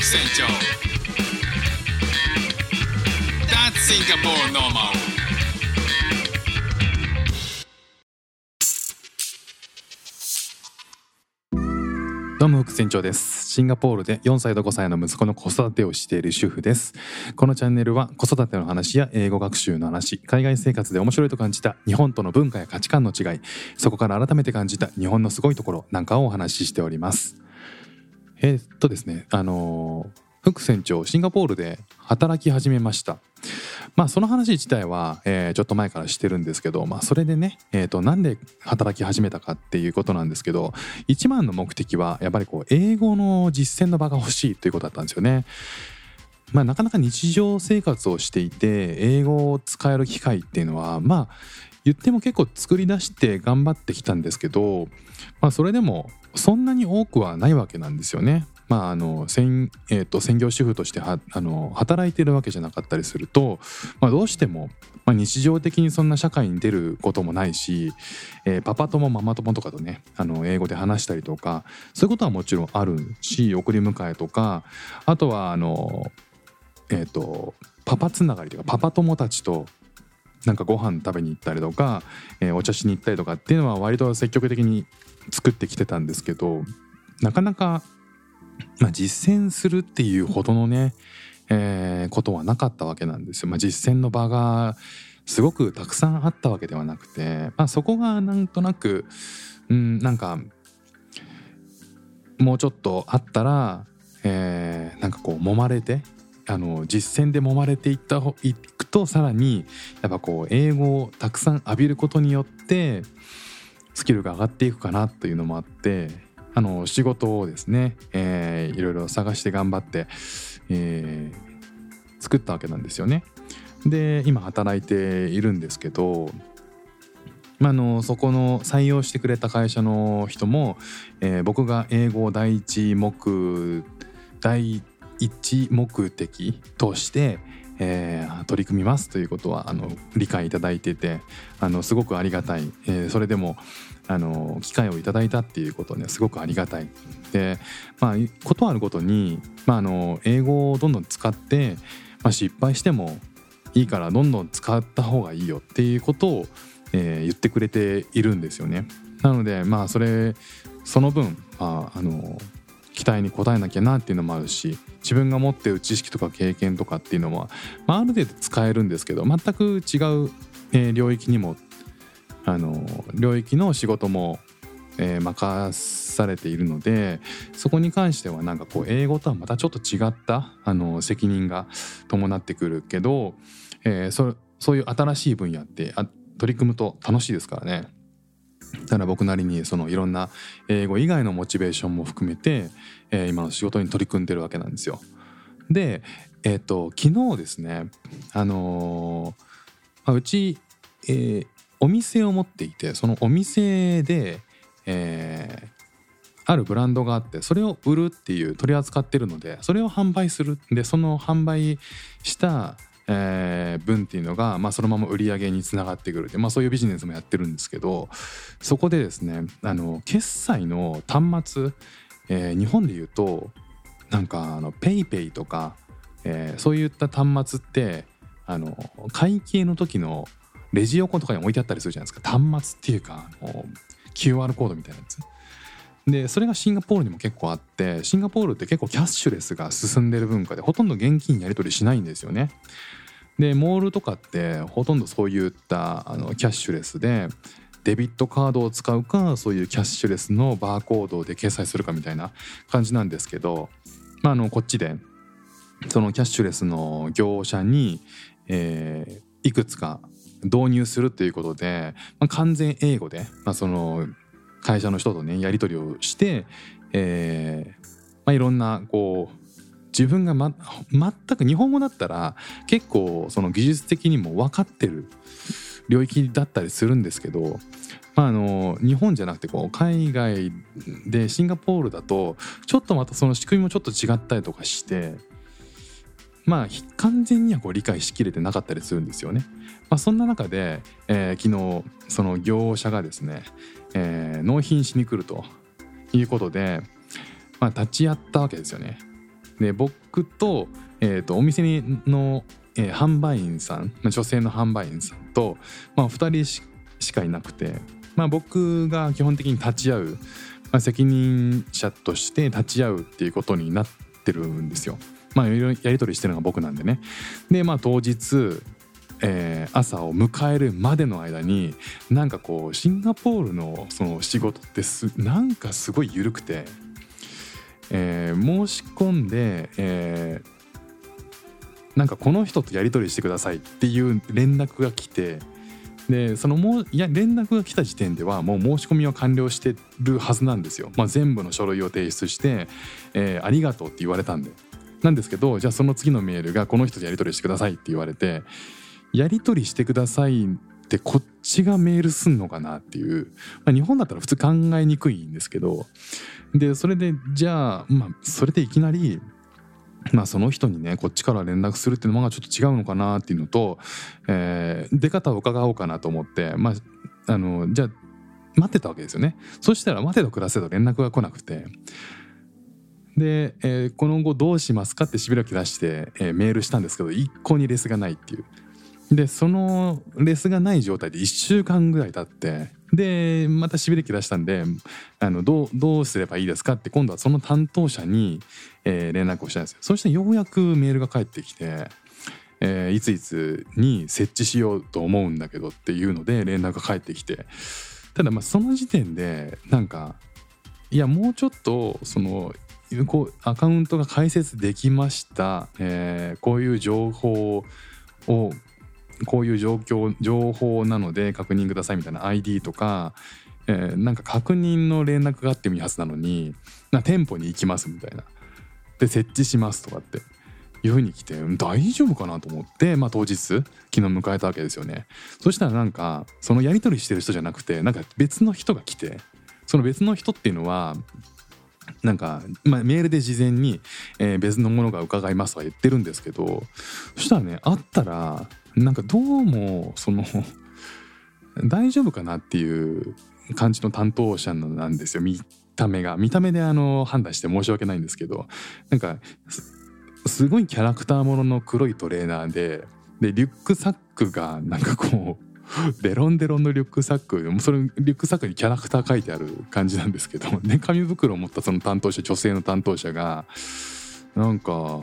船長 That's Singapore normal。 どうも副船長です。シンガポールで4歳と5歳の息子の子育てをしている主婦です。このチャンネルは子育ての話や英語学習の話、海外生活で面白いと感じた日本との文化や価値観の違い、そこから改めて感じた日本のすごいところなんかをお話ししております。ですね、副船長シンガポールで働き始めました。その話自体は、ちょっと前からしてるんですけど、それでね、なんで働き始めたかっていうことなんですけど、一番の目的はやっぱり英語の実践の場が欲しいということだったんですよね。なかなか日常生活をしていて英語を使える機会っていうのは言っても結構作り出して頑張ってきたんですけど、それでもそんなに多くはないわけなんですよね。専業主婦として働いてるわけじゃなかったりすると、どうしても、日常的にそんな社会に出ることもないし、パパ友ママ友とかとね英語で話したりとかそういうことはもちろんあるし、送り迎えとか、あとはパパつながりとかパパ友たちとなんかご飯食べに行ったりとか、お茶しに行ったりとかっていうのは割と積極的に作ってきてたんですけど、なかなか実践するっていうほどのね、ことはなかったわけなんですよ。実践の場がすごくたくさんあったわけではなくて、そこがなんとなくなんかもうちょっとあったら、なんか揉まれて実践で揉まれていくとさらにやっぱ英語をたくさん浴びることによってスキルが上がっていくかなというのもあって、仕事をですね、いろいろ探して頑張って、作ったわけなんですよね。で今働いているんですけど、そこの採用してくれた会社の人も、僕が英語を第一目的として、取り組みますということは理解いただいててすごくありがたい、それでも機会をいただいたっていうことねすごくありがたいで、ことあるごとに、英語をどんどん使って、失敗してもいいからどんどん使った方がいいよっていうことを、言ってくれているんですよね。なのでその分、期待に応えなきゃなっていうのもあるし、自分が持っている知識とか経験とかっていうのは、ある程度使えるんですけど全く違う、領域の仕事も、任されているので、そこに関してはなんか英語とはまたちょっと違った責任が伴ってくるけど、そういう新しい分野って取り組むと楽しいですからね。だから僕なりにいろんな英語以外のモチベーションも含めて、今の仕事に取り組んでるわけなんですよ。で、昨日ですね、うち、お店を持っていて、そのお店で、あるブランドがあって、それを売るっていう取り扱ってるので、それを販売する。でその販売した分っていうのが、そのまま売り上げにつながってくるで、そういうビジネスもやってるんですけど、そこでですね決済の端末、日本でいうとなんかペイペイとか、そういった端末って会計の時のレジ横とかに置いてあったりするじゃないですか。端末っていうかQR コードみたいなやつで、それがシンガポールにも結構あって、シンガポールって結構キャッシュレスが進んでる文化でほとんど現金やり取りしないんですよね。でモールとかってほとんどそういったキャッシュレスでデビットカードを使うか、そういうキャッシュレスのバーコードで決済するかみたいな感じなんですけど、こっちでそのキャッシュレスの業者に、いくつか導入するということで、完全英語で、その会社の人とねやり取りをして、いろんな自分が、全く日本語だったら結構その技術的にも分かってる領域だったりするんですけど、日本じゃなくて海外でシンガポールだとちょっとまたその仕組みもちょっと違ったりとかして、完全には理解しきれてなかったりするんですよね。そんな中で、昨日その業者がですね、納品しに来るということで、立ち会ったわけですよね。 で僕と、お店の、販売員さん、女性の販売員さんと、2人しかいなくて、僕が基本的に立ち会う、責任者として立ち会うっていうことになってるんですよ。いろいろやり取りしてるのが僕なんでね。で当日、朝を迎えるまでの間になんかこうシンガポールのその仕事ってなんかすごい緩くて、申し込んで、なんかこの人とやり取りしてくださいっていう連絡が来て、で連絡が来た時点ではもう申し込みは完了してるはずなんですよ。全部の書類を提出して、ありがとうって言われたんでなんですけど、じゃあその次のメールがこの人とやり取りしてくださいって言われて、やり取りしてくださいってこっちがメールすんのかなっていう、日本だったら普通考えにくいんですけど、でそれでじゃあそれでいきなりその人にねこっちから連絡するっていうのがちょっと違うのかなっていうのと、出方を伺おうかなと思って、じゃあ待ってたわけですよね。そしたら待てど暮らせど連絡が来なくて、で、この後どうしますかってしびらき出して、メールしたんですけど一向にレスがないっていう。でそのレスがない状態で1週間ぐらい経って、でまたしびれき出したんでどうすればいいですかって今度はその担当者に、連絡をしたんですよ。そしてようやくメールが返ってきて、いついつに設置しようと思うんだけどっていうので連絡が返ってきて、ただその時点でなんかいやもうちょっとアカウントが開設できました、こういう情報をこういう情報なので確認くださいみたいな ID とか、なんか確認の連絡があってもいいはずなのに店舗に行きますみたいなで設置しますとかっていう風に来て大丈夫かなと思って、当日昨日迎えたわけですよね。そしたらなんかそのやり取りしてる人じゃなくてなんか別の人が来て、その別の人っていうのはなんか、メールで事前に、別のものが伺いますとは言ってるんですけど、そしたらね会ったらなんかどうも大丈夫かなっていう感じの担当者なんですよ。見た目で判断して申し訳ないんですけど、なんかすごいキャラクターものの黒いトレーナーでリュックサックがなんかこうデロンデロンのリュックサック、それリュックサックにキャラクター書いてある感じなんですけど、紙袋を持ったその女性の担当者がなんか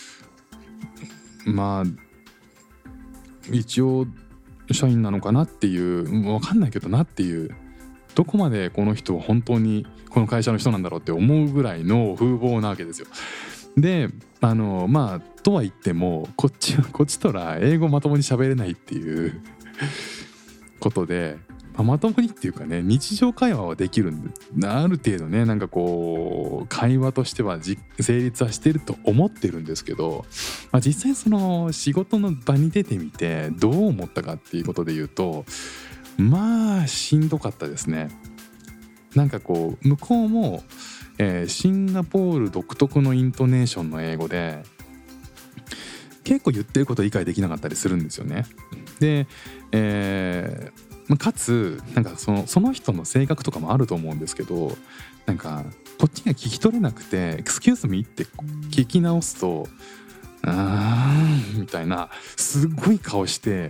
一応社員なのかなっていう分かんないけどなっていう、どこまでこの人は本当にこの会社の人なんだろうって思うぐらいの風貌なわけですよ。でとは言ってもこっちとら英語まともに喋れないっていうことで、まともにっていうかね日常会話はできるある程度ねなんかこう会話としては成立はしてると思ってるんですけど、実際その仕事の場に出てみてどう思ったかっていうことで言うとしんどかったですね。なんかこう向こうも、シンガポール独特のイントネーションの英語で結構言ってること理解できなかったりするんですよね。で、かつなんかその人の性格とかもあると思うんですけど、なんかこっちが聞き取れなくて「Excuse me」って聞き直すとみたいなすっごい顔して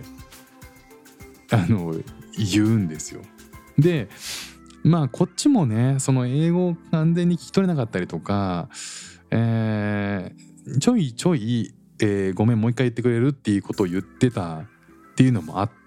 言うんですよ。でこっちもねその英語を完全に聞き取れなかったりとか、ちょいちょい、ごめんもう一回言ってくれるっていうことを言ってたっていうのもあって、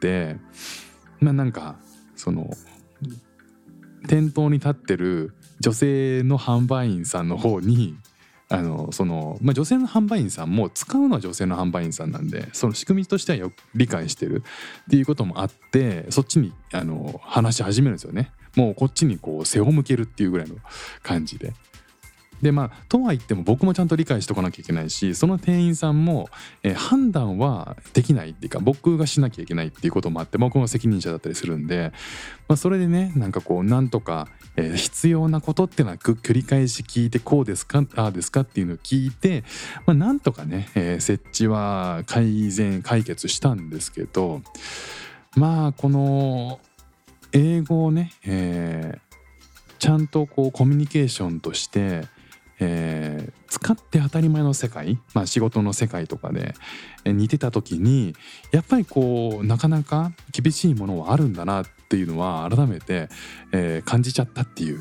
なんかその店頭に立ってる女性の販売員さんの方に女性の販売員さんも使うのは女性の販売員さんなんでその仕組みとしてはよく理解してるっていうこともあってそっちに話し始めるんですよね。もうこっちにこう背を向けるっていうぐらいの感じで。でとは言っても僕もちゃんと理解しとかなきゃいけないしその店員さんも、判断はできないっていうか僕がしなきゃいけないっていうこともあって僕が責任者だったりするんで、それでねなんかこうなんとか、必要なことっていうのは繰り返し聞いてこうですかああですかっていうのを聞いて、なんとかね、設置は解決したんですけどこの英語をね、ちゃんとこうコミュニケーションとして使って当たり前の世界、仕事の世界とかで似てた時にやっぱりこうなかなか厳しいものはあるんだなっていうのは改めて、感じちゃったっていう、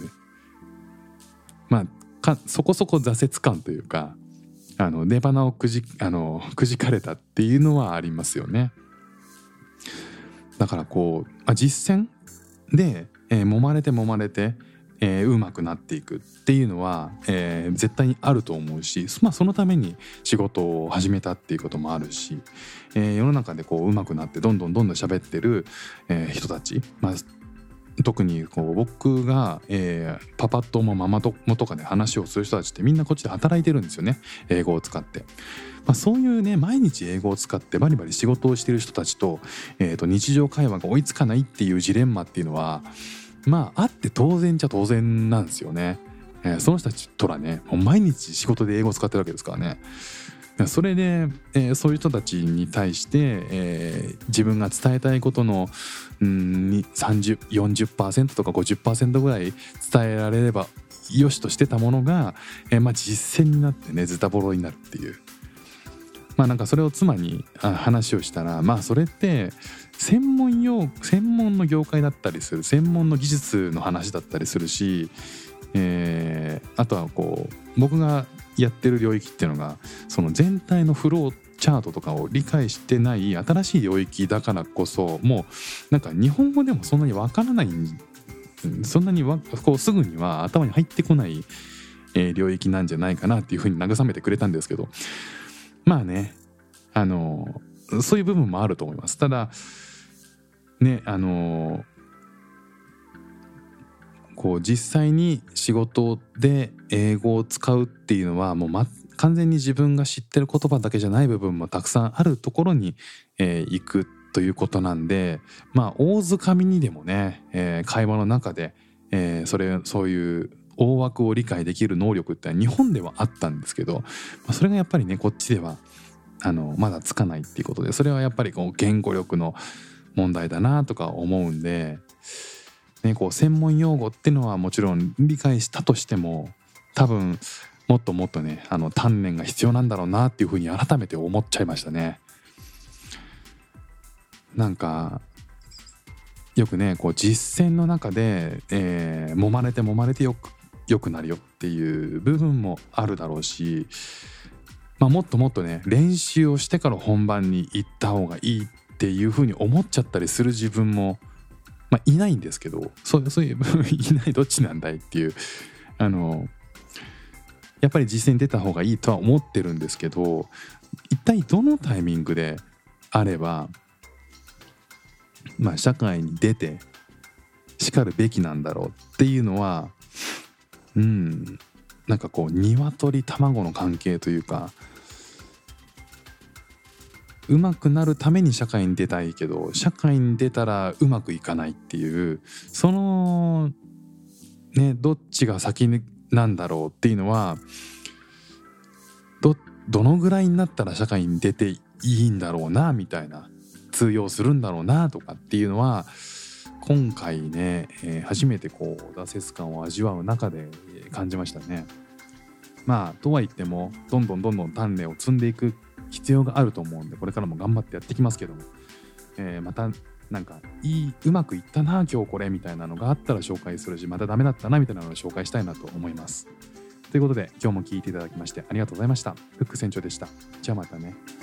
そこそこ挫折感というか出花をくじかれたっていうのはありますよね。だからこう、実践で、揉まれてうまくなっていくっていうのは、絶対にあると思うし、そのために仕事を始めたっていうこともあるし、世の中でこううまくなってどんどん喋ってる、人たち、特にこう僕が、パパ友ママ友とかで話をする人たちってみんなこっちで働いてるんですよね、英語を使って。そういうね毎日英語を使ってバリバリ仕事をしてる人たちと、日常会話が追いつかないっていうジレンマっていうのはあって当然当然なんですよね。その人たちとらねもう毎日仕事で英語を使ってるわけですからね。それで、そういう人たちに対して、自分が伝えたいことの40% とか 50% ぐらい伝えられればよしとしてたものが、実践になってねズタボロになるっていう。なんかそれを妻に話をしたらそれって専門の業界だったりする、専門の技術の話だったりするし、あとはこう僕がやってる領域っていうのがその全体のフローチャートとかを理解してない新しい領域だからこそ、もうなんか日本語でもそんなにわからない、そんなにこうすぐには頭に入ってこない、領域なんじゃないかなっていうふうに慰めてくれたんですけど、そういう部分もあると思います。ただねこう実際に仕事で英語を使うっていうのはもう、完全に自分が知ってる言葉だけじゃない部分もたくさんあるところに、行くということなんで、大掴みにでもね、会話の中で、そういう大枠を理解できる能力って日本ではあったんですけど、それがやっぱりねこっちではまだつかないっていうことで、それはやっぱりこう言語力の問題だなとか思うんで、こう専門用語っていうのはもちろん理解したとしても多分もっともっとね鍛錬が必要なんだろうなっていうふうに改めて思っちゃいましたね。なんかよくねこう実践の中で、揉まれてよくなるよっていう部分もあるだろうし、もっともっとね練習をしてから本番に行った方がいいっていうふうに思っちゃったりする自分もいないんですけど、そういう部分いない、どっちなんだいっていうやっぱり実践に出た方がいいとは思ってるんですけど、一体どのタイミングであれば社会に出てしかるべきなんだろうっていうのはなんかこう鶏卵の関係というか、うまくなるために社会に出たいけど社会に出たらうまくいかないっていう、そのねどっちが先なんだろうっていうのはどのぐらいになったら社会に出ていいんだろうなみたいな、通用するんだろうなとかっていうのは今回ね、初めてこう挫折感を味わう中で感じましたね。とは言ってもどんどん鍛錬を積んでいく必要があると思うんで、これからも頑張ってやってきますけども、またなんかうまくいったな今日これみたいなのがあったら紹介するし、またダメだったなみたいなのを紹介したいなと思います。ということで今日も聞いていただきましてありがとうございました。フック船長でした。じゃあまたね。